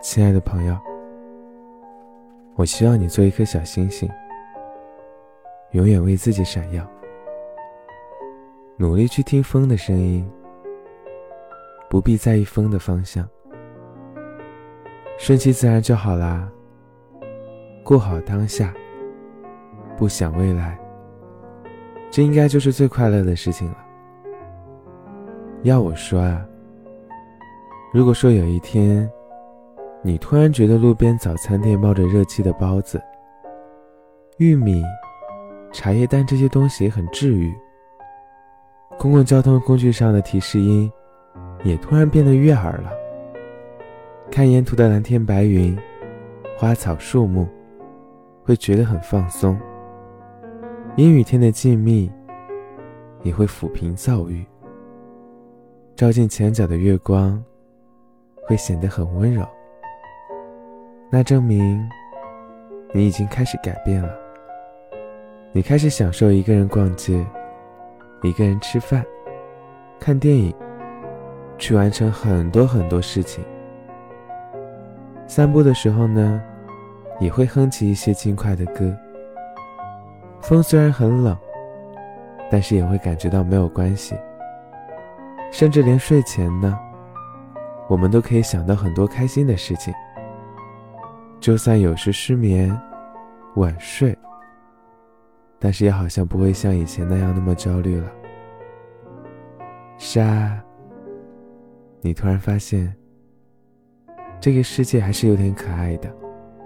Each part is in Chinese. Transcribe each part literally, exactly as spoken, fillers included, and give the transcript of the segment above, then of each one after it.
亲爱的朋友，我希望你做一颗小星星，永远为自己闪耀，努力去听风的声音，不必在意风的方向，顺其自然就好啦。过好当下，不想未来，这应该就是最快乐的事情了。要我说啊，如果说有一天你突然觉得路边早餐店冒着热气的包子、玉米、茶叶蛋这些东西也很治愈，公共交通工具上的提示音也突然变得悦耳了，看沿途的蓝天白云、花草树木，会觉得很放松，阴雨天的静谧也会抚平躁郁，照进墙角的月光会显得很温柔，那证明你已经开始改变了。你开始享受一个人逛街，一个人吃饭，看电影，去完成很多很多事情。散步的时候呢，也会哼起一些轻快的歌。风虽然很冷，但是也会感觉到没有关系。甚至连睡前呢，我们都可以想到很多开心的事情。就算有时失眠、晚睡，但是也好像不会像以前那样那么焦虑了。是啊，你突然发现，这个世界还是有点可爱的。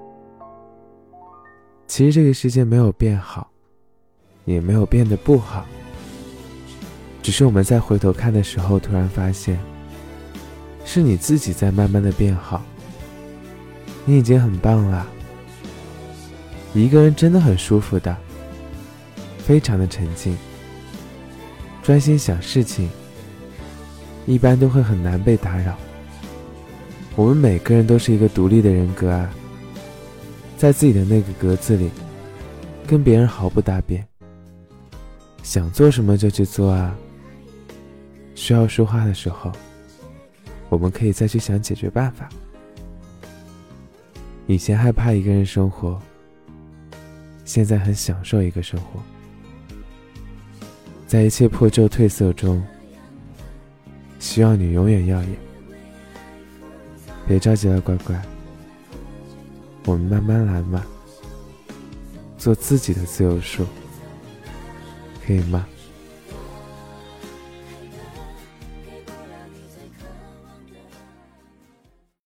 其实这个世界没有变好，也没有变得不好，只是我们在回头看的时候，突然发现，是你自己在慢慢的变好。你已经很棒了。一个人真的很舒服的，非常的沉静，专心想事情，一般都会很难被打扰。我们每个人都是一个独立的人格啊，在自己的那个格子里，跟别人毫不搭边，想做什么就去做啊。需要说话的时候，我们可以再去想解决办法。以前害怕一个人生活，现在很享受一个生活。在一切破旧褪色中，希望你永远耀眼。别着急了，乖乖，我们慢慢来嘛，做自己的自由树，可以吗？